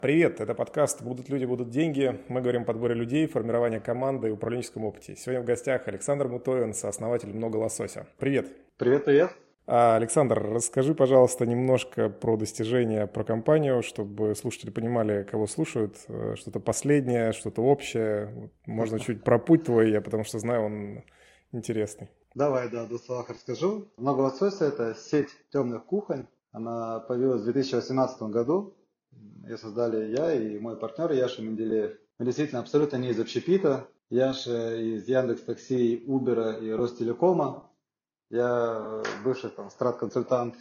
Привет, это подкаст «Будут люди, будут деньги». Мы говорим о подборе людей, формировании команды и управленческом опыте. Сегодня в гостях Александр Мутовин, сооснователь «Много лосося». Привет. Привет, привет. Александр, расскажи, пожалуйста, немножко про достижения, про компанию, чтобы слушатели понимали, кого слушают. Что-то последнее, что-то общее. Можно чуть про путь твой, я потому что знаю, он интересный. Давай, в двух словах расскажу. «Много лосося» — это сеть темных кухонь. Она появилась в 2018 году. Ее создали я и мой партнер Яша Менделеев. Мы действительно абсолютно не из общепита. Яша из Яндекс.Такси, Убера и Ростелекома. Я бывший страт-консультант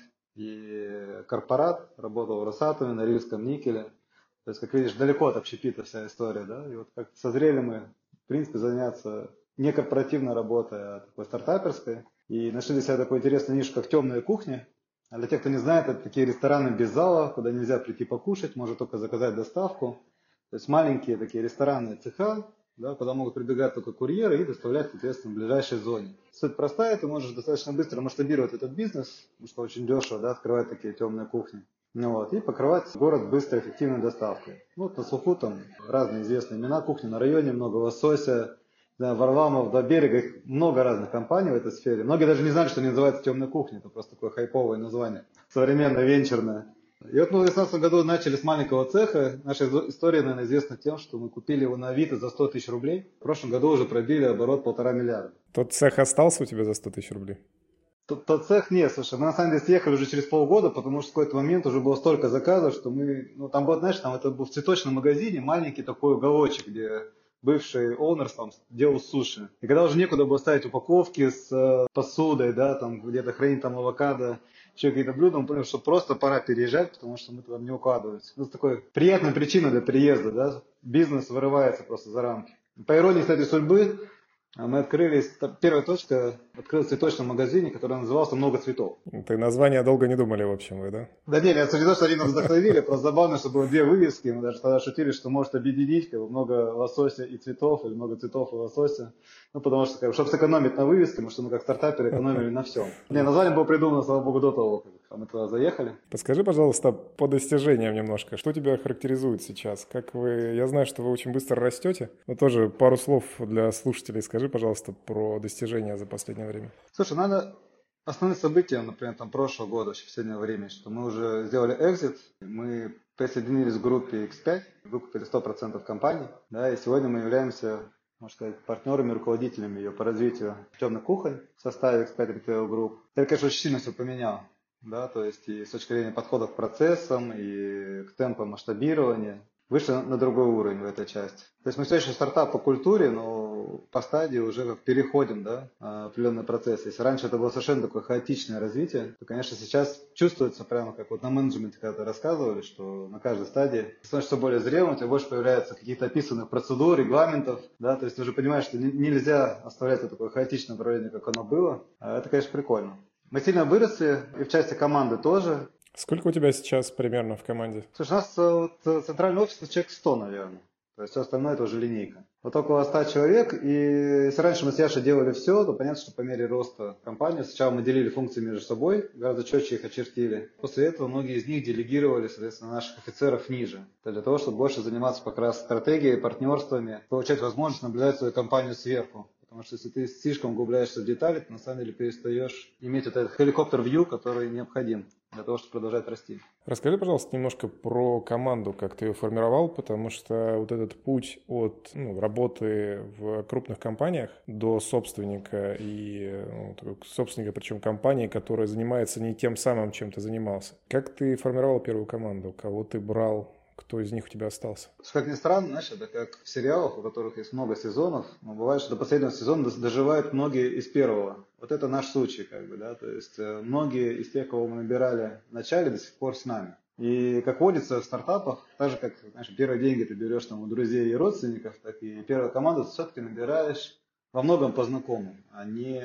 и корпорат. Работал в Росатоме, на Рильском никеле. То есть, как видишь, далеко от общепита вся история. Да? И вот как созрели мы, в принципе, заняться не корпоративной работой, а такой стартаперской. И нашли для себя такую интересную нишу, как темная кухня. А для тех, кто не знает, это такие рестораны без зала, куда нельзя прийти покушать, можно только заказать доставку. То есть маленькие такие ресторанные цеха, да, куда могут прибегать только курьеры и доставлять, соответственно, в ближайшей зоне. Суть простая, ты можешь достаточно быстро масштабировать этот бизнес, потому что очень дешево, да, открывать такие темные кухни. И покрывать город быстрой, эффективной доставкой. Вот на слуху там разные известные имена, кухни на районе, много лосося, да, Варламов, до берега, их много разных компаний в этой сфере. Многие даже не знают, что они называются темной кухней, это просто такое хайповое название, современное, венчурное. И вот мы в 2019 году начали с маленького цеха. Наша история, наверное, известна тем, что мы купили его на Авито за 100 тысяч рублей. В прошлом году уже пробили оборот 1,5 миллиарда. Тот цех остался у тебя за 100 тысяч рублей? Тот цех нет, слушай, мы на самом деле съехали уже через полгода, потому что в какой-то момент уже было столько заказов, что мы, там было, знаешь, там это был в цветочном магазине, маленький такой уголочек, где бывший оунер там делал суши. И когда уже некуда было ставить упаковки с посудой, да, там где-то хранить там авокадо, еще какие-то блюда, мы поняли, что просто пора переезжать, потому что мы туда не укладываемся. Это такой приятная причина для переезда, да, бизнес вырывается просто за рамки. По иронии, кстати, судьбы, мы открылись, первая точка открылась в цветочном магазине, который назывался «Много цветов». Ты название долго не думали, в общем, вы, да? Да нет, я не то, что они нас вдохновили, просто забавно, что было две вывески, мы даже тогда шутили, что может объединить много лосося и цветов, или много цветов и лосося. Потому что, чтобы сэкономить на вывеске, потому что мы как стартаперы экономили на всем. Название было придумано, слава богу, до того, как мы туда заехали. Подскажи, пожалуйста, по достижениям немножко, что тебя характеризует сейчас? Я знаю, что вы очень быстро растете, но тоже пару слов для слушателей скажи, пожалуйста, про достижения за последнее время. Слушай, надо основные события, например, прошлого года, в последнее время, что мы уже сделали экзит, мы присоединились к группе X5, выкупили 100% компании, да, и сегодня мы являемся, можно сказать, партнерами, руководителями ее по развитию темных кухонь в составе X5 Retail Group. Это, конечно, очень сильно все поменяло, да, то есть и с точки зрения подхода к процессам, и к темпам масштабирования, вышли на другой уровень в этой части. То есть мы все еще стартап по культуре, но по стадии уже как переходим, да, определенный процесс. Если раньше это было совершенно такое хаотичное развитие, то, конечно, сейчас чувствуется прямо как вот на менеджменте когда-то рассказывали, что на каждой стадии становишься более зрелым, у тебя больше появляется каких-то описанных процедур, регламентов, да, то есть ты уже понимаешь, что нельзя оставлять это такое хаотичное управление, как оно было. Это, конечно, прикольно. Мы сильно выросли, и в части команды тоже. Сколько у тебя сейчас примерно в команде? Слушай, у нас центральный офис человек 100, наверное. То есть все остальное это уже линейка. Вот около 100 человек. И если раньше мы с Яшей делали все, то понятно, что по мере роста компании сначала мы делили функции между собой, гораздо четче их очертили. После этого многие из них делегировали, соответственно, наших офицеров ниже. Это для того, чтобы больше заниматься как раз стратегией, партнерствами, получать возможность наблюдать свою компанию сверху. Потому что если ты слишком углубляешься в детали, ты на самом деле перестаешь иметь этот helicopter-view, который необходим для того, чтобы продолжать расти. Расскажи, пожалуйста, немножко про команду, как ты ее формировал, потому что вот этот путь от работы в крупных компаниях до собственника собственника, причем компании, которая занимается не тем самым, чем ты занимался. Как ты формировал первую команду? Кого ты брал? Кто из них у тебя остался? Как ни странно, знаешь, это как в сериалах, у которых есть много сезонов, но бывает, что до последнего сезона доживают многие из первого. Вот это наш случай, да, то есть многие из тех, кого мы набирали в начале, до сих пор с нами. И как водится в стартапах, так же как, знаешь, первые деньги ты берешь там у друзей и родственников, так и первую команду ты все-таки набираешь во многом по знакомым, а не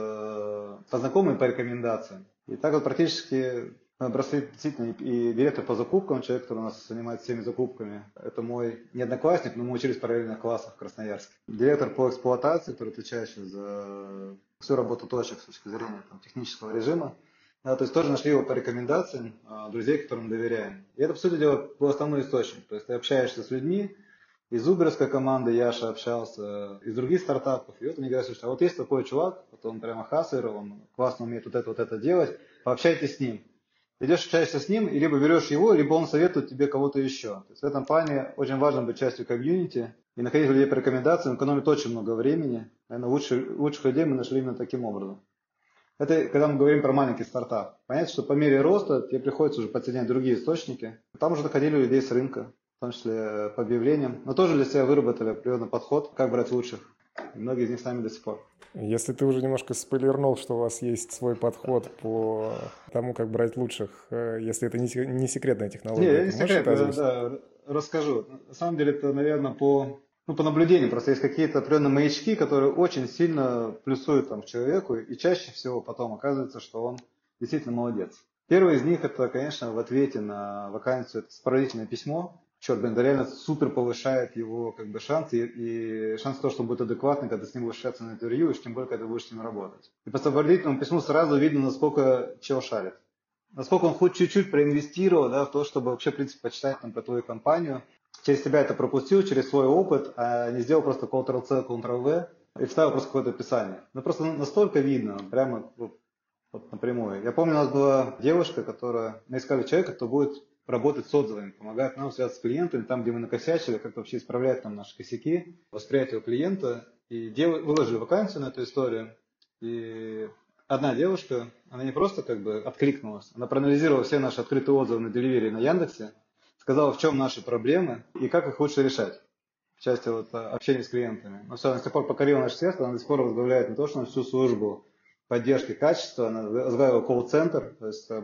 по знакомым и по рекомендациям. И так вот практически Браслет действительно и директор по закупкам, человек, который у нас занимается всеми закупками. Это мой не одноклассник, но мы учились в параллельных классах в Красноярске. Директор по эксплуатации, который отвечает за всю работу точек с точки зрения технического режима. Да, то есть тоже нашли его по рекомендациям друзей, которым доверяем. И это, по сути дела, был основной источник. То есть ты общаешься с людьми, из уберской команды Яша общался, из других стартапов. И вот они говорят, что а вот есть такой чувак, вот он прямо хаслер, он классно умеет вот это делать, пообщайтесь с ним. Идешь, общаешься с ним, и либо берешь его, либо он советует тебе кого-то еще. То есть в этом плане очень важно быть частью комьюнити и находить людей по рекомендациям, экономит очень много времени. Наверное, лучших людей мы нашли именно таким образом. Это когда мы говорим про маленький стартап. Понятно, что по мере роста тебе приходится уже подсоединять другие источники. Там уже доходили людей с рынка, в том числе по объявлениям. Но тоже для себя выработали определенный подход, как брать лучших. И многие из них с нами до сих пор. Если ты уже немножко спойлернул, что у вас есть свой подход по тому, как брать лучших, если это не секретная технология, Не, не секрет, да, расскажу. На самом деле это, наверное, по наблюдению. Просто есть какие-то определенные маячки, которые очень сильно плюсуют там человеку, и чаще всего потом оказывается, что он действительно молодец. Первый из них это, конечно, в ответе на вакансию это сопроводительное письмо. Черт, блин, это реально супер повышает его как бы шанс и шанс того, что он будет адекватный, когда с ним будешь общаться на интервью, и тем более, когда будешь с ним работать. И по сопроводительному письму сразу видно, насколько чел шарит. Насколько он хоть чуть-чуть проинвестировал, да, в то, чтобы вообще, в принципе, почитать там про твою компанию. Через себя это пропустил, через свой опыт, а не сделал просто Ctrl-C, Ctrl-V и вставил просто какое-то описание. Ну, просто настолько видно, прямо вот напрямую. Я помню, у нас была девушка, мы искали человека, кто будет работать с отзывами, помогает нам связаться с клиентами, там, где мы накосячили, как вообще исправлять там наши косяки, восприятие клиента. И выложили вакансию на эту историю. И одна девушка, она не просто как бы откликнулась, она проанализировала все наши открытые отзывы на Delivery и на Яндексе, сказала, в чем наши проблемы и как их лучше решать в части общения с клиентами. Но все, она с тех пор покорила наше сердце, она до сих пор возглавляет не то, что на всю службу поддержки качества, она возглавила колл-центр, то есть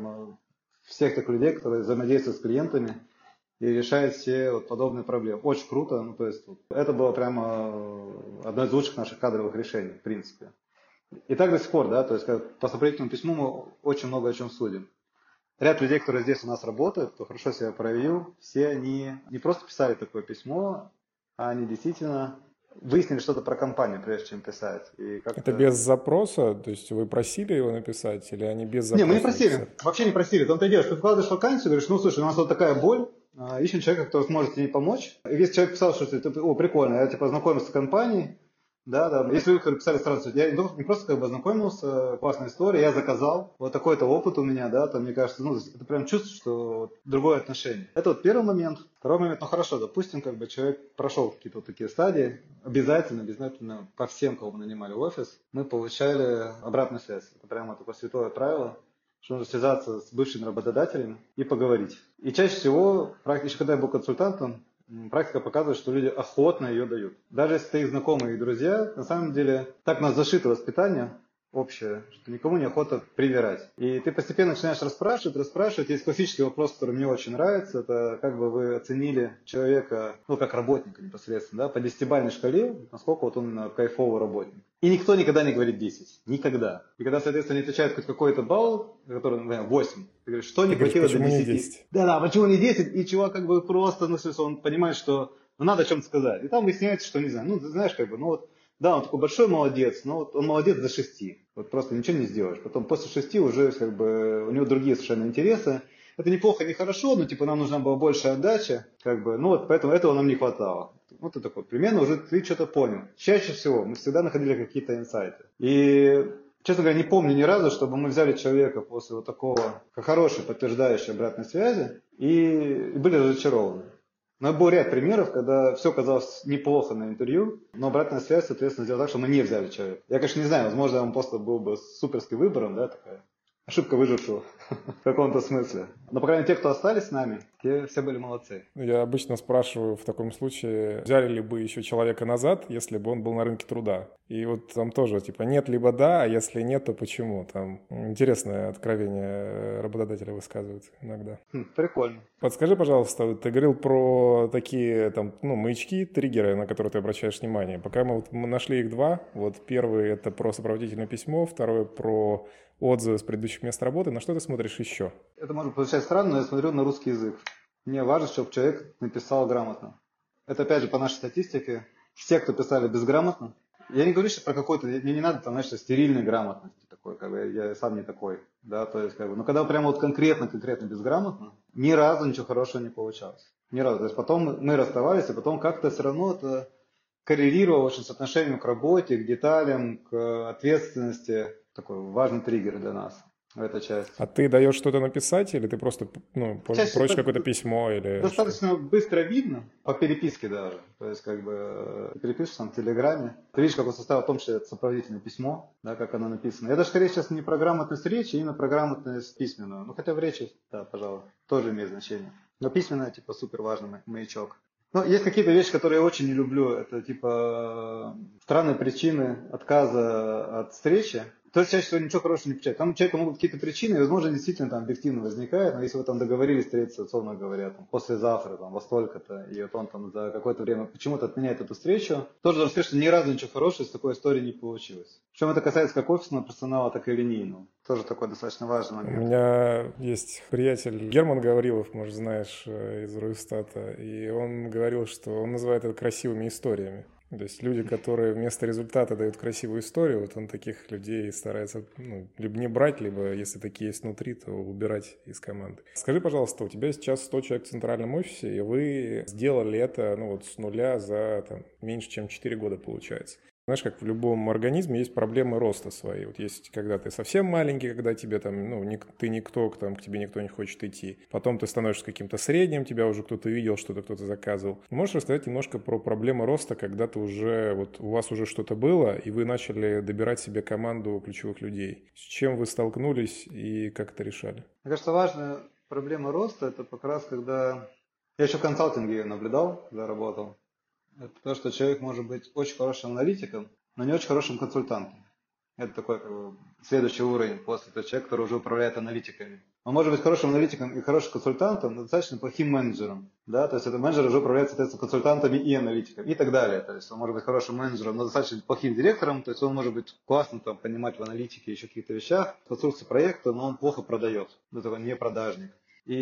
всех тех людей, которые взаимодействуют с клиентами и решают все подобные проблемы. Очень круто, то есть это было прямо одно из лучших наших кадровых решений, в принципе. И так до сих пор, да, то есть по сопроводительному письму мы очень много о чем судим. Ряд людей, которые здесь у нас работают, кто хорошо себя проявил, все они не просто писали такое письмо, а они действительно выяснили что-то про компанию, прежде чем писать. Это без запроса? То есть вы просили его написать или они без запроса? Не, мы не просили, написать? Вообще не просили. Там ты делаешь, ты вкладываешь вакансию, говоришь, ну слушай, у нас вот такая боль, ищем человека, который сможет тебе помочь. И если человек писал, что прикольно, я познакомился с компанией, да. Если вы писали сразу, я не просто как бы ознакомился, классная история, я заказал, вот такой-то опыт у меня, да, там, мне кажется, это прям чувствуешь, что другое отношение. Это первый момент. Второй момент, хорошо, допустим, как бы человек прошел какие-то такие стадии, обязательно по всем, кого мы нанимали в офис, мы получали обратную связь. Это прямо такое святое правило, что нужно связаться с бывшими работодателями и поговорить. И чаще всего, еще когда я был консультантом, практика показывает, что люди охотно ее дают. Даже если ты их знакомые и друзья, на самом деле так у нас зашито воспитание общее, что никому не охота привирать. И ты постепенно начинаешь расспрашивать. Есть классический вопрос, который мне очень нравится. Это как бы вы оценили человека, как работника непосредственно, да, по 10-бальной шкале, насколько он кайфовый работник. И никто никогда не говорит 10. Никогда. И когда, соответственно, не отвечают хоть какой-то балл, который, например, 8, ты говоришь, что не хватило до 10? Не 10? Да, почему не 10? И чувак как бы просто, он понимает, что надо о чем-то сказать. И там выясняется, что не знаю. Ты знаешь, как бы, да, он такой большой молодец, но он молодец до 6. Просто ничего не сделаешь. Потом после 6 уже как бы у него другие совершенно интересы. Это неплохо, не хорошо, но нам нужна была большая отдача, поэтому этого нам не хватало. Ты такой, примерно уже ты что-то понял. Чаще всего мы всегда находили какие-то инсайты. И, честно говоря, не помню ни разу, чтобы мы взяли человека после такого хорошей подтверждающей обратной связи и были разочарованы. Но был ряд примеров, когда все казалось неплохо на интервью, но обратная связь, соответственно, сделала так, что мы не взяли человека. Я, конечно, не знаю, возможно, он просто был бы суперским выбором, да, такая ошибка выжившего в каком-то смысле. Но, по крайней мере, те, кто остались с нами, те все были молодцы. Я обычно спрашиваю в таком случае, взяли ли бы еще человека назад, если бы он был на рынке труда. И там тоже, нет, либо да, а если нет, то почему? Там интересное откровение работодателя высказывают иногда. Прикольно. Подскажи, пожалуйста, ты говорил про такие маячки, триггеры, на которые ты обращаешь внимание. Пока мы нашли их два. Первый — это про сопроводительное письмо, второй — про отзывы с предыдущих мест работы. На что ты смотришь еще? Это может получаться странно, но я смотрю на русский язык. Мне важно, чтобы человек написал грамотно. Это опять же по нашей статистике. Все, кто писали безграмотно, Я не говорю сейчас про какой-то, мне не надо там, знаешь, стерильной грамотности такой, как бы я сам не такой, да, то есть, как бы, но когда прямо вот конкретно безграмотно, ни разу ничего хорошего не получалось. Ни разу. То есть потом мы расставались, и потом как-то все равно это коррелировало очень с отношением к работе, к деталям, к ответственности. Такой важный триггер для нас в этой части. А ты даешь что-то написать, или ты просто просишь какое-то всего письмо, или достаточно что? быстро видно, по переписке даже. То есть, как бы, перепишешь там в Телеграме. Ты видишь, как он составил, в том числе, это сопроводительное письмо, да, как оно написано. Я даже скорее сейчас не про грамотность речи, именно про грамотность письменную. Ну, хотя в речи, да, пожалуй, тоже имеет значение. Но письменная, типа, супер важный маячок. Ну, есть какие-то вещи, которые я очень не люблю. Это, типа, странные причины отказа от встречи. То есть чаще всего ничего хорошего не получается. Там у человека могут какие-то причины, и, возможно, действительно там объективно возникает, но если вы там договорились встретиться, условно говоря, там, послезавтра, там, во столько-то, и вот он там за какое-то время почему-то отменяет эту встречу, тоже должен сказать, что ни разу ничего хорошего из такой истории не получилось. Причем это касается как офисного персонала, так и линейного. Тоже такой достаточно важный У момент. меня есть приятель Герман Гаврилов, может, знаешь, из Руйстата, и он говорил, что он называет это красивыми историями. То есть люди, которые вместо результата дают красивую историю, вот он таких людей старается либо не брать, либо, если такие есть внутри, то убирать из команды. Скажи, пожалуйста, у тебя сейчас 100 человек в центральном офисе, и вы сделали это с нуля за меньше, чем 4 года, получается. Знаешь, как в любом организме есть проблемы роста свои. Вот есть, когда ты совсем маленький, когда тебе ты никто, к тебе никто не хочет идти. Потом ты становишься каким-то средним, тебя уже кто-то видел, что-то кто-то заказывал. Можешь рассказать немножко про проблемы роста, когда ты уже, у вас уже что-то было, и вы начали добирать себе команду ключевых людей. С чем вы столкнулись и как это решали? Мне кажется, важная проблема роста, это как раз когда... Я еще в консалтинге наблюдал, когда работал. Это то, что человек может быть очень хорошим аналитиком, но не очень хорошим консультантом. Это такой следующий уровень после того человека, который уже управляет аналитиками. Он может быть хорошим аналитиком и хорошим консультантом, но достаточно плохим менеджером. Да? То есть этот менеджер уже управляет, соответственно, консультантами и аналитиками и так далее. То есть он может быть хорошим менеджером, но достаточно плохим директором. То есть он может быть классно понимать в аналитике и еще каких-то вещах, в конструкции проекта, но он плохо продает. Это такой не продажник.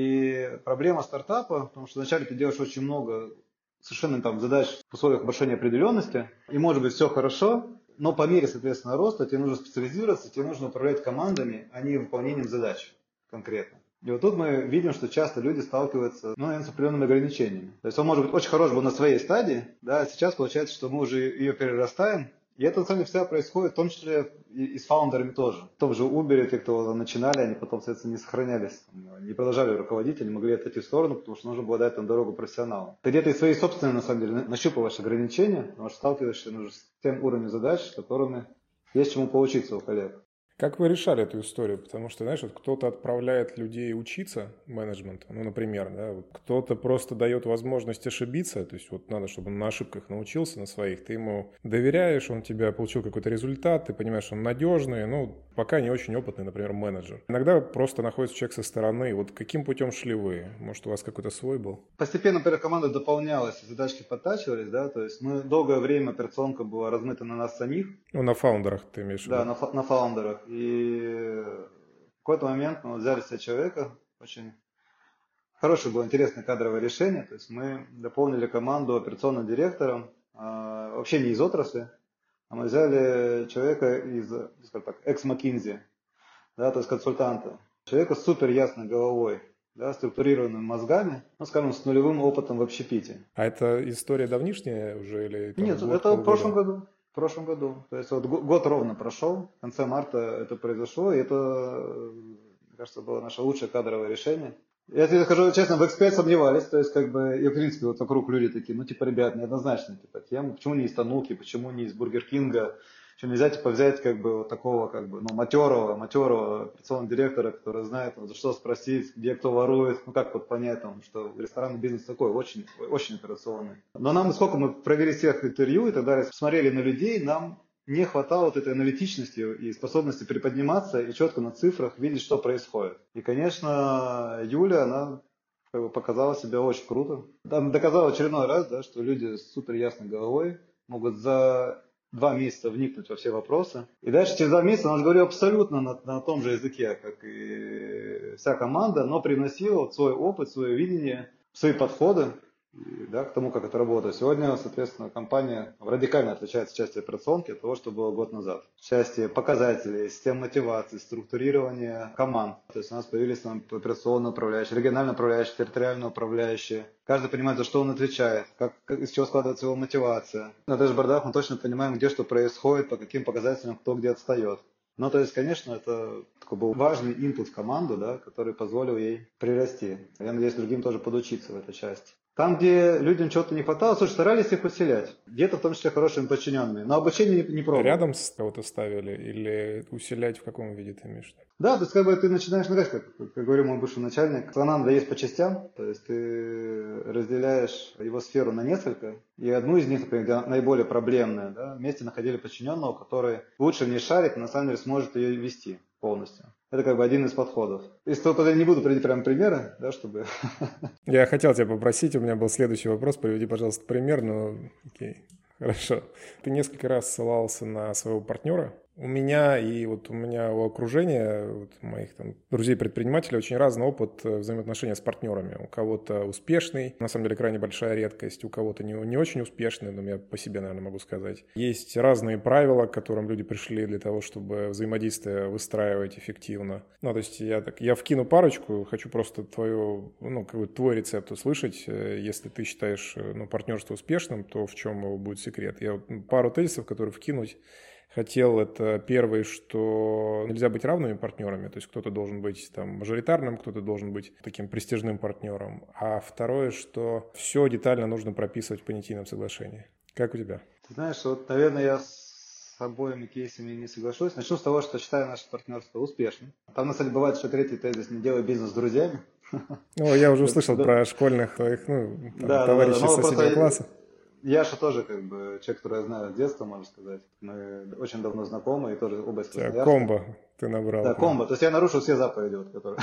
И проблема стартапа, потому что вначале ты делаешь очень много совершенно задач в условиях большой неопределенности, и может быть все хорошо, но по мере, соответственно, роста тебе нужно специализироваться, тебе нужно управлять командами, а не выполнением задач конкретно. И вот тут мы видим, что часто люди сталкиваются с определенными ограничениями. То есть он может быть очень хорош был на своей стадии, да, а сейчас получается, что мы уже ее перерастаем. И это, на самом деле, всегда происходит, в том числе и с фаундерами тоже. В том же Uber, те, кто начинали, они потом, соответственно, не сохранялись, не продолжали руководить, они могли отойти в сторону, потому что нужно было дать дорогу профессионалу. Ты где-то и свои собственные, на самом деле, нащупываешь ограничения, потому что сталкиваешься с тем уровнем задач, с которыми есть чему поучиться у коллег. Как вы решали эту историю? Потому что, знаешь, кто-то отправляет людей учиться менеджменту, например, да, кто-то просто дает возможность ошибиться, то есть надо, чтобы он на ошибках научился, на своих, ты ему доверяешь, он тебя получил какой-то результат, ты понимаешь, что он надежный, пока не очень опытный, например, менеджер. Иногда просто находится человек со стороны. Вот каким путем шли вы? Может, у вас какой-то свой был? Постепенно, например, команда дополнялась, задачки подтачивались, да, то есть мы долгое время операционка была размыта на нас самих. На фаундерах ты имеешь в виду? Да, на фаундерах. И в какой-то момент мы взяли себе человека, очень хорошее было, интересное кадровое решение, то есть мы дополнили команду операционным директором, вообще не из отрасли, а мы взяли человека из, скажем так, экс-Маккинзи, да, то есть консультанта, человека с супер ясной головой, да, структурированными мозгами, скажем, с нулевым опытом в общепите. А это история давнишняя уже или Нет, год, это в прошлом полгода? году. В прошлом году. То есть год ровно прошел, в конце марта это произошло, и это, мне кажется, было наше лучшее кадровое решение. Я тебе скажу честно, в X5 сомневались, то есть и в принципе вокруг люди такие, ребят, неоднозначно, тема, почему не из Тануки, почему не из Бургер Кинга, почему нельзя взять такого матерого операционного директора, который знает, за что спросить, где кто ворует, как понять, что ресторанный бизнес такой, очень, очень операционный. Но нам, сколько мы провели всех интервью и так далее, смотрели на людей, нам не хватало этой аналитичности и способности приподниматься и четко на цифрах видеть, что происходит. И, конечно, Юля, она показала себя очень круто. Там доказала очередной раз, да, что люди с супер ясной головой могут за 2 месяца вникнуть во все вопросы. И дальше через 2 месяца она же говорила абсолютно на том же языке, как и вся команда, но привносила свой опыт, свое видение, свои подходы. да, к тому, как это работает. Сегодня, соответственно, компания радикально отличается в части операционки от того, что было год назад. В части показателей, систем мотивации, структурирования команд. То есть у нас появились там операционные управляющие, региональные управляющие, территориальные управляющие. Каждый понимает, за что он отвечает, из чего складывается его мотивация. На дэшбордах мы точно понимаем, где что происходит, по каким показателям кто где отстает. Ну, то есть, конечно, это такой был важный инпут в команду, да, который позволил ей прирасти. Я надеюсь, другим тоже подучиться в этой части. Там, где людям чего-то не хватало, слушай, старались их усилять. Где-то в том числе хорошими подчиненными. Но обучение не пробовали. Рядом с кого-то ставили или усилять в каком виде ты имеешь? Да, то есть как бы ты начинаешь, ну как говорил мой бывший начальник, слона надо есть по частям, то есть ты разделяешь его сферу на несколько, и одну из них, например, наиболее проблемная, да, вместе находили подчиненного, который лучше в ней шарит и на самом деле сможет ее вести полностью. Это как бы один из подходов. Если то не буду приводить прям примеры, да, чтобы... Я хотел тебя попросить, у меня был следующий вопрос, приведи, пожалуйста, пример, но окей, хорошо. Ты несколько раз ссылался на своего партнера. У меня у окружения, моих там друзей-предпринимателей очень разный опыт взаимоотношения с партнерами. У кого-то успешный, на самом деле крайне большая редкость, у кого-то не очень успешный, но я по себе, наверное, могу сказать. Есть разные правила, к которым люди пришли для того, чтобы взаимодействие выстраивать эффективно. Ну, то есть я вкину парочку, хочу просто твой рецепт услышать. Если ты считаешь партнерство успешным, то в чем его будет секрет? Я пару тезисов, которые вкинуть хотел. Это первый, что нельзя быть равными партнерами, то есть кто-то должен быть там мажоритарным, кто-то должен быть таким престижным партнером. А второе, что все детально нужно прописывать в понятийном соглашении. Как у тебя? Ты знаешь, наверное, я с обоими кейсами не соглашусь. Начну с того, что считаю наше партнерство успешным. Там, на самом деле, бывает, что третий тезис: не делай бизнес с друзьями. Я уже услышал про школьных твоих товарищей соседнего класса. Яша тоже как бы человек, который я знаю с детства, можно сказать. Мы очень давно знакомы и тоже оба из Красноярска. Комбо ты набрал. Да, комбо. То есть я нарушил все заповеди, которые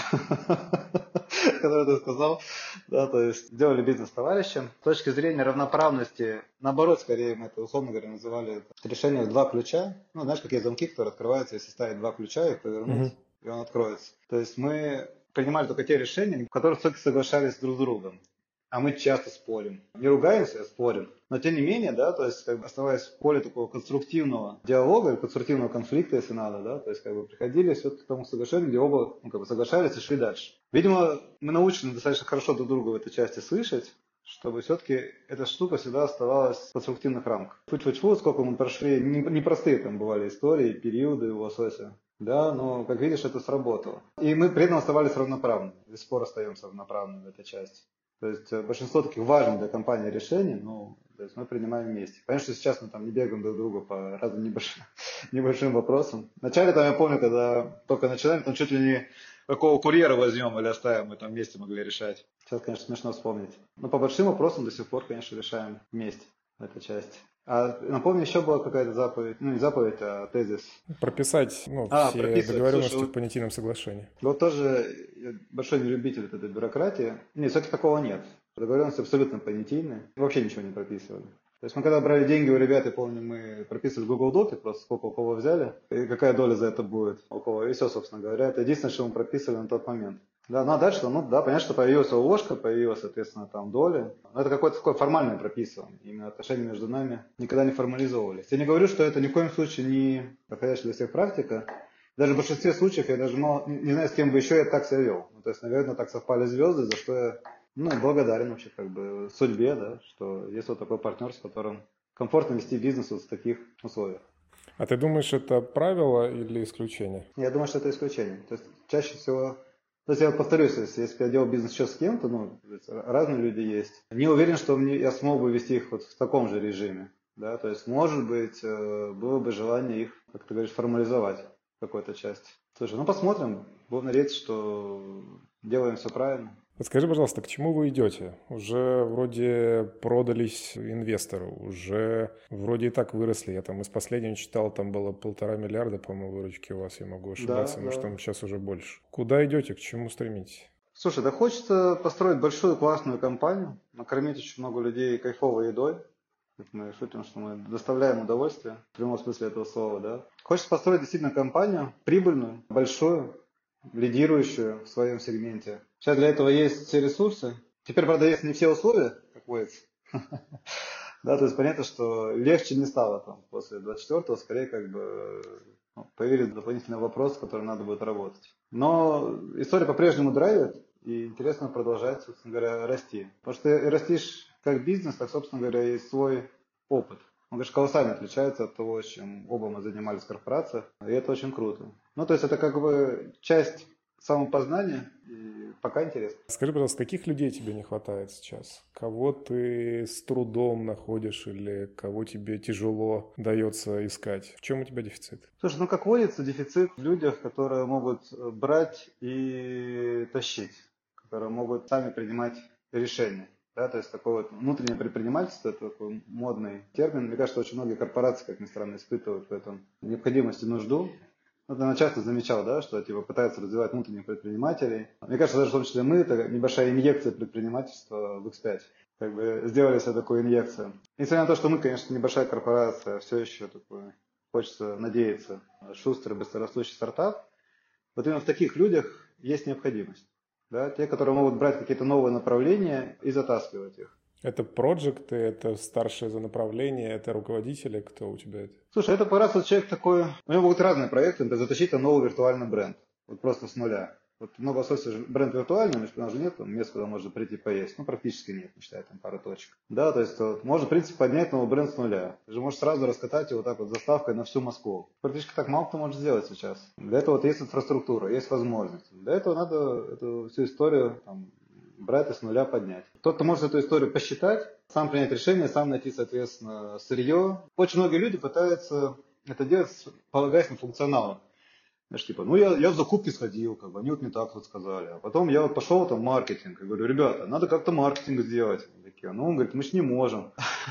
ты сказал. Да, то есть делали бизнес с товарищем. С точки зрения равноправности, наоборот, скорее мы это, условно говоря, называли решение в два ключа. Ну, знаешь, какие замки, которые открываются, если ставить два ключа, их повернуть, и он откроется. То есть мы принимали только те решения, в которых все-таки соглашались друг с другом. А мы часто спорим. Не ругаемся, а спорим. Но тем не менее, да, то есть оставаясь в поле такого конструктивного диалога, конструктивного конфликта, если надо, да, то есть приходили все-таки к тому соглашению, где оба соглашались и шли дальше. Видимо, мы научены достаточно хорошо друг друга в этой части слышать, чтобы все-таки эта штука всегда оставалась в конструктивных рамках. Фу-фу-фу, сколько мы прошли, непростые там бывали истории, периоды у Лосося. Да, но, как видишь, это сработало. И мы при этом оставались равноправными. До сих пор остаемся равноправными в этой части. То есть большинство таких важных для компании решений, то есть мы принимаем вместе. Понятно, что сейчас мы там не бегаем друг к другу по разным небольшим вопросам. Вначале там я помню, когда только начинали, там чуть ли не какого курьера возьмем или оставим, мы там вместе могли решать. Сейчас, конечно, смешно вспомнить. Но по большим вопросам до сих пор, конечно, решаем вместе в этой части. А напомню, еще была какая-то заповедь, не заповедь, а тезис. Прописать все договоренности в понятийном соглашении. Вот тоже я большой любитель этой бюрократии. Нет, все-таки такого нет. Договоренности абсолютно понятийные. Вообще ничего не прописывали. То есть мы когда брали деньги у ребят, я помню, мы прописывали в Google Доке, просто сколько у кого взяли, и какая доля за это будет у кого. И все, собственно говоря. Это единственное, что мы прописывали на тот момент. Да, ну а дальше, понятно, что появилась ложка, появилась, соответственно, там доля. Но это какое-то такое формальное прописывание. Именно отношения между нами никогда не формализовывались. Я не говорю, что это ни в коем случае не подходящая для всех практика. Даже в большинстве случаев я даже не знаю, с кем бы еще я так себя вел. То есть, наверное, так совпали звезды, за что я благодарен вообще судьбе, да, что есть вот такой партнер, с которым комфортно вести бизнес вот в таких условиях. А ты думаешь, это правило или исключение? Я думаю, что это исключение. То есть чаще всего... То есть я повторюсь, если я делал бизнес еще с кем-то, разные люди есть. Не уверен, что я смог бы вести их вот в таком же режиме. Да? То есть, может быть, было бы желание их, как ты говоришь, формализовать в какой-то части. Слушай, посмотрим. Будем надеяться, что делаем все правильно. Подскажи, пожалуйста, к чему вы идете? Уже вроде продались инвестору, уже вроде и так выросли. Я там из последнего читал, там было 1,5 миллиарда, по-моему, выручки у вас, я могу ошибаться, может, там сейчас уже больше. Куда идете, к чему стремитесь? Слушай, да хочется построить большую классную компанию, накормить очень много людей кайфовой едой. Мы шутим, что мы доставляем удовольствие, в прямом смысле этого слова, да. Хочется построить действительно компанию, прибыльную, большую, лидирующую в своем сегменте. Сейчас для этого есть все ресурсы. Теперь, правда, есть не все условия, как водится. Да, то есть понятно, что легче не стало там после 24-го, скорее как бы появились дополнительные вопросы, с которыми надо будет работать. Но история по-прежнему драйвит, и интересно продолжать, собственно говоря, расти. Потому что ты растишь как бизнес, так, собственно говоря, и свой опыт. Он, конечно, колоссально отличается от того, чем оба мы занимались в корпорациях, и это очень круто. Ну, то есть это как бы часть самопознания, и пока интересно. Скажи, пожалуйста, каких людей тебе не хватает сейчас? Кого ты с трудом находишь или кого тебе тяжело дается искать? В чем у тебя дефицит? Слушай, ну как водится, дефицит в людях, которые могут брать и тащить, которые могут сами принимать решения. Да, то есть такое вот внутреннее предпринимательство, это такой модный термин. Мне кажется, очень многие корпорации, как ни странно, испытывают в этом необходимость и нужду. Вот я часто замечал, да, что типа пытаются развивать внутренних предпринимателей. Мне кажется, даже в том числе мы, это небольшая инъекция предпринимательства в X5. Как бы сделали себе такую инъекцию. Несмотря на то, что мы, конечно, небольшая корпорация, все еще такой, хочется надеяться, шустрый, быстрорастущий стартап. Вот именно в таких людях есть необходимость. Да? Те, которые могут брать какие-то новые направления и затаскивать их. Это проекты, это старшие за направление, это руководители, кто у тебя это? Слушай, это по раз человек такой, у него будут разные проекты, например, затащить новый виртуальный бренд, вот просто с нуля. Вот много особенностей, бренд виртуальный, но у нас же нет мест, куда можно прийти поесть. Ну, практически нет, не считая там пару точек. Да, то есть вот, можно, в принципе, поднять новый бренд с нуля. Ты же можешь сразу раскатать его так вот заставкой на всю Москву. Практически так мало кто может сделать сейчас. Для этого вот есть инфраструктура, есть возможность. Для этого надо эту всю историю там, брать и с нуля поднять. Тот, кто может эту историю посчитать, сам принять решение, сам найти, соответственно, сырье. Очень многие люди пытаются это делать, полагаясь на функционал. Знаешь, типа, ну я в закупки сходил, как бы, они вот мне так вот сказали. А потом я вот пошел там в маркетинг, и говорю, ребята, надо как-то маркетинг сделать. Они такие, ну, он говорит, мы ж не можем.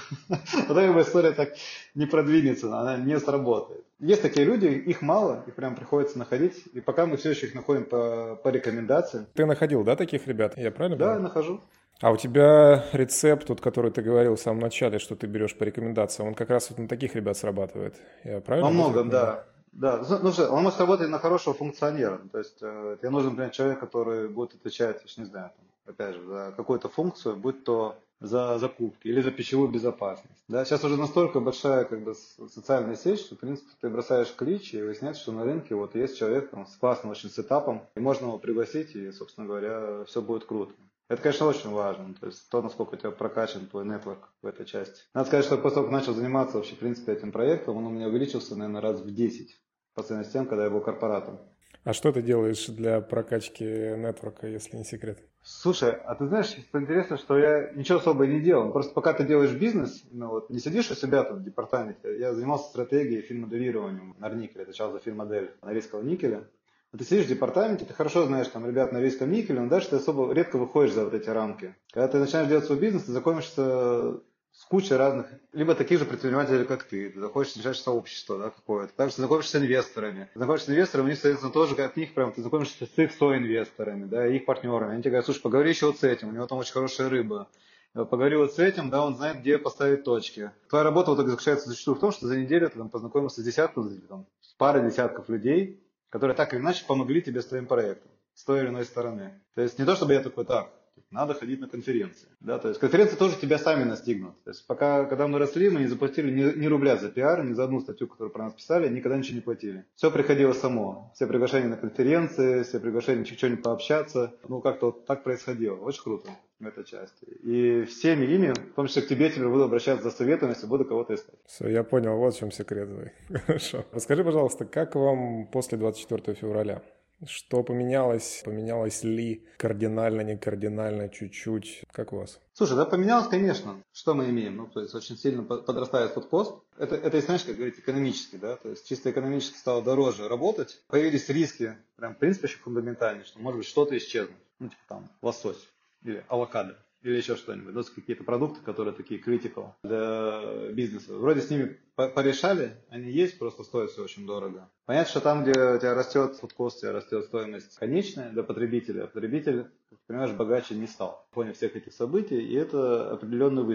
Потом как бы история так не продвинется, она не сработает. Есть такие люди, их мало, их прям приходится находить. И пока мы все еще их находим по рекомендациям. Ты находил, да, таких ребят? Я правильно Да, понимаю? нахожу. А у тебя рецепт, тот, который ты говорил в самом начале, что ты берешь по рекомендациям, он как раз вот на таких ребят срабатывает. Я правильно Во мыслю многом, понимаю? да. Да, ну что, он может работать на хорошего функционера. То есть тебе нужен, например, человек, который будет отвечать, я ж не знаю, там, опять же, за какую-то функцию, будь то за закупки или за пищевую безопасность. Да, сейчас уже настолько большая как бы социальная сеть, что, в принципе, ты бросаешь клич и выясняется, что на рынке вот есть человек там, с классным очень сетапом, и можно его пригласить, и, собственно говоря, все будет круто. Это, конечно, очень важно, то есть то, насколько у тебя прокачан твой нетворк в этой части. Надо сказать, что после того, как начал заниматься вообще, в принципе, этим проектом, он у меня увеличился, наверное, раз в 10 по сравнению с тем, когда я был корпоратом. А что ты делаешь для прокачки нетворка, если не секрет? Слушай, а ты знаешь, что интересно, что я ничего особо не делал. Просто пока ты делаешь бизнес, ну вот не сидишь у себя там в департаменте. Я занимался стратегией финмоделированием на Никеле, отвечал за финмодель норвежского никеля. Но ты сидишь в департаменте, ты хорошо знаешь там ребят на норвежском никеле, но дальше ты особо редко выходишь за вот эти рамки. Когда ты начинаешь делать свой бизнес, ты знакомишься с кучей разных, либо таких же предпринимателей, как ты заходишь, встречаешь сообщество, да, какое-то. Также ты знакомишься с инвесторами. Ты знакомишься с инвесторами, у них, соответственно, тоже, как них, прям, ты знакомишься с их соинвесторами, да, и их партнерами. Они тебе говорят, слушай, поговори еще вот с этим, у него там очень хорошая рыба. Поговори вот с этим, да, он знает, где поставить точки. Твоя работа вот так заключается зачастую в том, что за неделю ты там познакомился с десятком, там, с парой десятков людей, которые так или иначе помогли тебе с твоим проектом, с той или иной стороны. То есть не то, чтобы я такой, так, надо ходить на конференции. Да, то есть конференции тоже тебя сами настигнут. То есть пока, когда мы росли, мы не заплатили ни рубля за пиар, ни за одну статью, которую про нас писали, никогда ничего не платили. Все приходило само. Все приглашения на конференции, все приглашения что-нибудь пообщаться. Ну, как-то вот так происходило. Очень круто в этой части. И всеми ими, в том числе к тебе теперь буду обращаться за советом, если буду кого-то искать. Все, я понял, вот в чем секрет твой. Хорошо. Расскажи, пожалуйста, как вам после 24 февраля? Что поменялось? Поменялось ли кардинально, не кардинально, чуть-чуть? Как у вас? Слушай, да, поменялось, конечно. Что мы имеем? Ну, то есть очень сильно подрастает фудкост. Это, знаешь, как говорить, экономически, да, то есть чисто экономически стало дороже работать. Появились риски, прям, в принципе, очень фундаментальные, что может быть что-то исчезнет. Ну, типа там лосось или авокадо. Или еще что-нибудь. Ну, какие-то продукты, которые такие critical для бизнеса. Вроде с ними порешали, они есть, просто стоят все очень дорого. Понятно, что там, где у тебя растет фудкост, у тебя растет стоимость конечная для потребителя, а потребитель, как ты понимаешь, богаче не стал. На фоне всех этих событий, и это определенный вызов.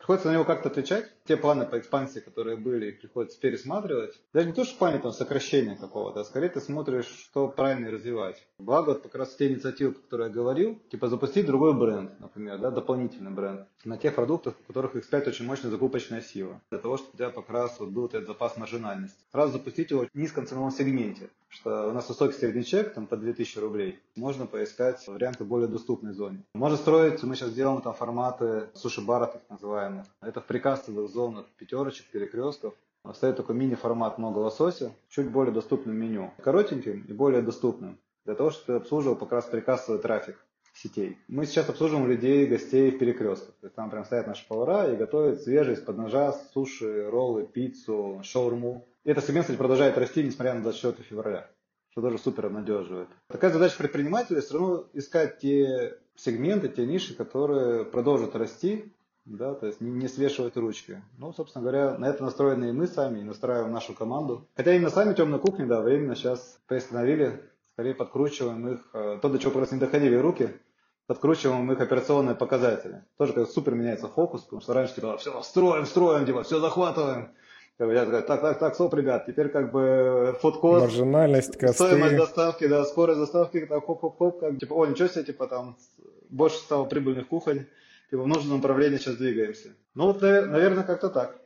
Приходится на него как-то отвечать. Те планы по экспансии, которые были, их приходится пересматривать. Даже не то, что в плане там, сокращения какого-то, а скорее ты смотришь, что правильно развивать. Благо, вот как раз те инициативы, про которые я говорил, типа запустить другой бренд, например, да, дополнительный бренд, на тех продуктах, у которых X5 очень мощная закупочная сила. Для того, чтобы у тебя как раз вот был этот запас маржинальности. Сразу запустить его в низком ценовом сегменте, что у нас высокий средний чек, там по 2000 рублей. Можно поискать варианты в более доступной зоне. Можно строить, мы сейчас делаем там форматы суши-баров, так называемых. Это в прикастовых зонах пятерочек, перекрестков. Стоит такой мини-формат много лосося, чуть более доступным меню. Коротеньким и более доступным. Для того, чтобы ты обслуживал как раз прикастовый трафик сетей. Мы сейчас обслуживаем людей, гостей в перекрестках. То есть там прям стоят наши повара и готовят свежие из-под ножа суши, роллы, пиццу, шаурму. И этот сегмент, кстати, продолжает расти, несмотря на 24 февраля, что тоже супер обнадеживает. Такая задача предпринимателя все равно искать те сегменты, те ниши, которые продолжат расти, да, то есть не свешивать ручки. Ну, собственно говоря, на это настроены и мы сами, и настраиваем нашу команду. Хотя именно сами темные кухни, да, временно сейчас приостановили, скорее подкручиваем их, то, до чего просто не доходили руки, подкручиваем их операционные показатели. Тоже как супер меняется фокус, потому что раньше типа все строим, типа все захватываем. Я такой, так, стоп, ребят, теперь как бы фудкост, Маржинальность, косты. стоимость доставки, да, скорость доставки, так, хоп-хоп-хоп, как, типа, о, ничего себе, типа там больше стало прибыльных кухонь, типа в нужном направлении сейчас двигаемся. Ну вот, наверное, как-то так.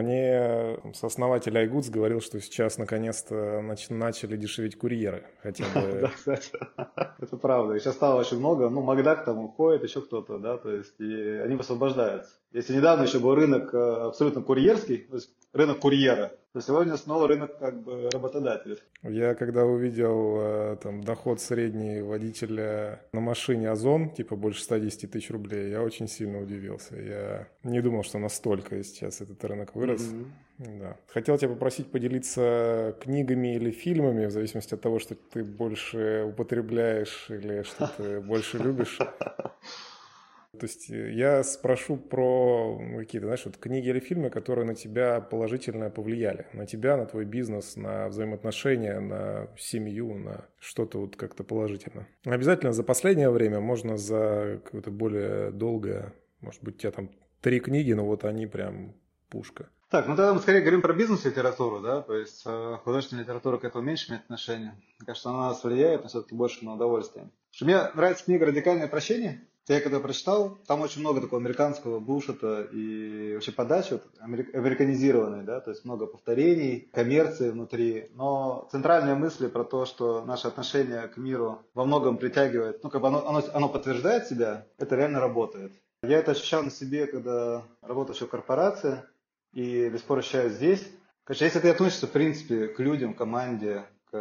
Мне сооснователь iGoods говорил, что сейчас наконец-то начали дешеветь курьеры. Хотя бы... Да, кстати, это правда. И сейчас стало очень много. Ну, Макдак там уходит, еще кто-то, да, то есть, и они освобождаются. Если недавно еще был рынок абсолютно курьерский, то есть рынок курьера, то сегодня снова рынок как бы работодателей. Я когда увидел там доход средний водителя на машине Озон, типа больше 110 тысяч рублей, я очень сильно удивился. Я не думал, что настолько сейчас этот рынок вырос. Да. Хотел тебя попросить поделиться книгами или фильмами, в зависимости от того, что ты больше употребляешь или что ты больше любишь. То есть я спрошу про какие-то, знаешь, вот книги или фильмы, которые на тебя положительно повлияли. На тебя, на твой бизнес, на взаимоотношения, на семью, на что-то вот как-то положительно. Обязательно за последнее время, можно за какое-то более долгое, может быть, у тебя там 3 книги, но вот они прям пушка. Так, ну тогда мы скорее говорим про бизнес-литературу, да, то есть художественная литература к этому меньше имеет отношение. Мне кажется, она на нас влияет, но все-таки больше на удовольствие. Мне нравится книга «Радикальное прощение». Я когда прочитал, там очень много такого американского булшита и вообще подачи вот, американизированной, да, то есть много повторений, коммерции внутри, но центральные мысли про то, что наше отношение к миру во многом притягивает, ну как бы оно подтверждает себя, это реально работает. Я это ощущал на себе, когда работал еще в корпорации и до сих пор ощущаю здесь. Конечно, если ты относишься в принципе к людям, команде,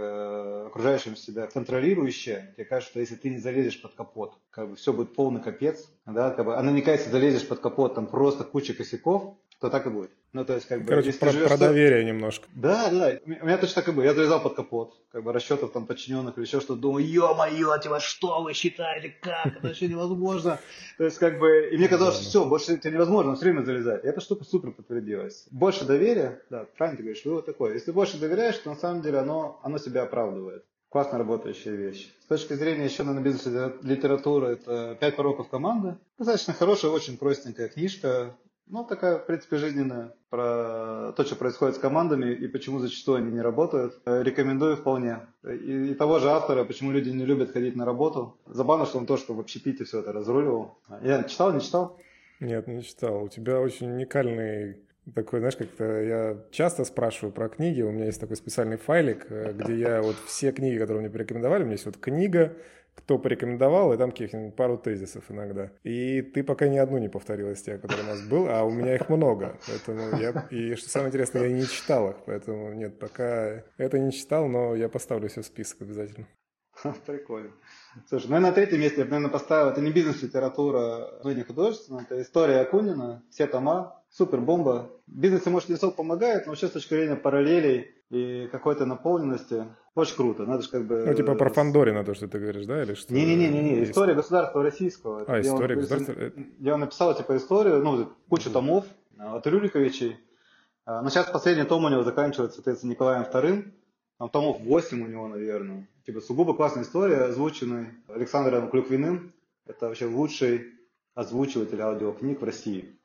к окружающим себя контролирующее, тебе кажется, что если ты не залезешь под капот, как бы все будет полный капец, да, как бы, а наверняка, если залезешь под капот, там просто куча косяков, то так и будет. Ну, то есть, как бы, короче, про доверие немножко. Да, у меня точно так и было. Я залезал под капот, как бы расчетов там подчиненных или еще что-то, думаю, ё-моё, типа, что вы считаете, как, это вообще невозможно. То есть, как бы, и мне казалось, что все, больше это невозможно все время залезать. И эта штука супер подтвердилась. Больше доверия, да, правильно ты говоришь, вывод такой. Если больше доверяешь, то на самом деле оно себя оправдывает. Классно работающая вещь. С точки зрения еще, наверное, бизнес-литературы, это «5 пороков команды». Достаточно хорошая, очень простенькая книжка. Ну, такая, в принципе, жизненная, про то, что происходит с командами и почему зачастую они не работают. Рекомендую вполне. И того же автора, почему люди не любят ходить на работу. Забавно, что он тоже в общепите все это разруливал. Я читал, не читал? Нет, не читал. У тебя очень уникальный такой, знаешь, как-то я часто спрашиваю про книги. У меня есть такой специальный файлик, где я вот все книги, которые мне порекомендовали, у меня есть вот книга, кто порекомендовал, и там каких-нибудь пару тезисов иногда. И ты пока ни одну не повторил из тех, которые у нас был, а у меня их много. Поэтому и что самое интересное, я не читал их, поэтому нет, пока это не читал, но я поставлю все в список обязательно. Прикольно. Слушай, ну и на третьем месте я бы, наверное, поставил, это не бизнес-литература, но и не художественная, это история Акунина, все тома, супер бомба. Бизнес, может, не особо помогает, но вообще с точки зрения параллелей и какой-то наполненности очень круто. Надо же как бы... Ну, типа про Фандорина, то, что ты говоришь, да? Или что? Не-не-не, история государства российского. История государства. Я написал, типа, историю, ну, кучу томов от Рюриковичей. Но сейчас последний том у него заканчивается, соответственно, Николаем II. Там томов 8 у него, наверное. Типа сугубо классная история, озвученный Александром Клюквиным. Это вообще лучший озвучиватель аудиокниг в России.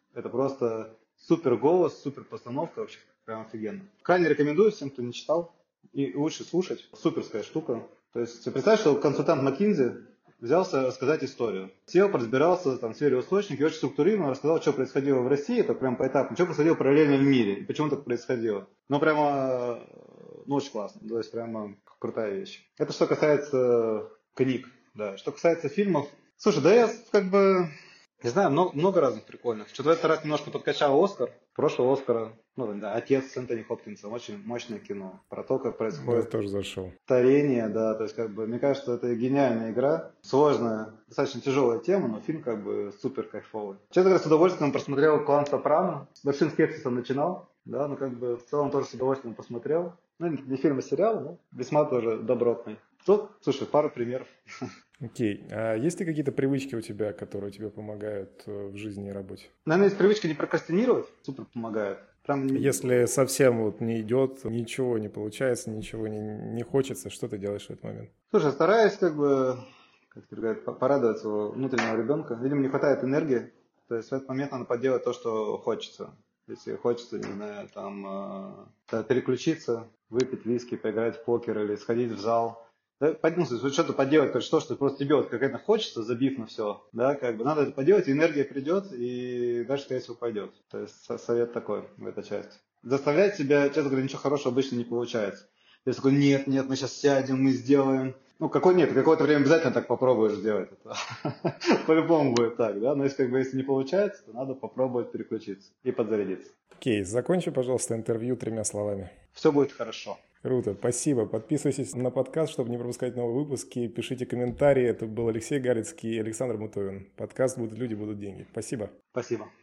Это просто супер голос, супер постановка, вообще прям офигенно. Крайне рекомендую всем, кто не читал, и лучше слушать. Суперская штука. То есть представь, что консультант McKinsey взялся рассказать историю. Сел, разбирался там, в сфере источника и очень структурированно рассказал, что происходило в России, это прям поэтапно, что происходило параллельно в мире, и почему так происходило. Ну, прямо, ну, очень классно, то есть прямо крутая вещь. Это что касается книг, да. Что касается фильмов, слушай, да я как бы, не знаю, много разных прикольных. Что-то в этот раз немножко подкачал Оскар, прошлого Оскара, ну, да, «Отец» с Энтони Хопкинсом, очень мощное кино, про то, как происходит Я тоже зашел. старение, да, то есть, как бы, мне кажется, это гениальная игра, сложная, достаточно тяжелая тема, но фильм, как бы, супер кайфовый. Честно говоря, с удовольствием просмотрел «Клан Сопрано», с большим скепсисом начинал, да, но, как бы, в целом тоже с удовольствием посмотрел. Ну, не фильм, а сериал, но весьма тоже добротный. Тут, слушай, пару примеров. Окей. А есть ли какие-то привычки у тебя, которые тебе помогают в жизни и работе? Наверное, есть привычка не прокрастинировать, супер помогает. Прям... Если совсем вот не идет, ничего не получается, ничего не хочется, что ты делаешь в этот момент? Слушай, стараюсь как бы, как ты говоришь, порадовать своего внутреннего ребенка. Видимо, не хватает энергии, то есть в этот момент надо поделать то, что хочется. Если хочется, не знаю, там переключиться, выпить виски, поиграть в покер или сходить в зал. Да, ну, что-то поделать, то, что просто тебе вот какая-то хочется, забив на все, да, как бы надо это поделать, и энергия придет, и дальше, скорее всего, пойдет. То есть совет такой в этой части. Заставлять себя, честно говоря, ничего хорошего обычно не получается. Я такой, нет, мы сейчас сядем, мы сделаем. Ну, какое-то время обязательно так попробуешь сделать это. По-любому будет так, да, но если не получается, то надо попробовать переключиться и подзарядиться. Окей, закончи, пожалуйста, интервью 3 словами. Все будет хорошо. Круто, спасибо. Подписывайтесь на подкаст, чтобы не пропускать новые выпуски. Пишите комментарии. Это был Алексей Галицкий и Александр Мутовин. Подкаст «Будут люди, будут деньги». Спасибо. Спасибо.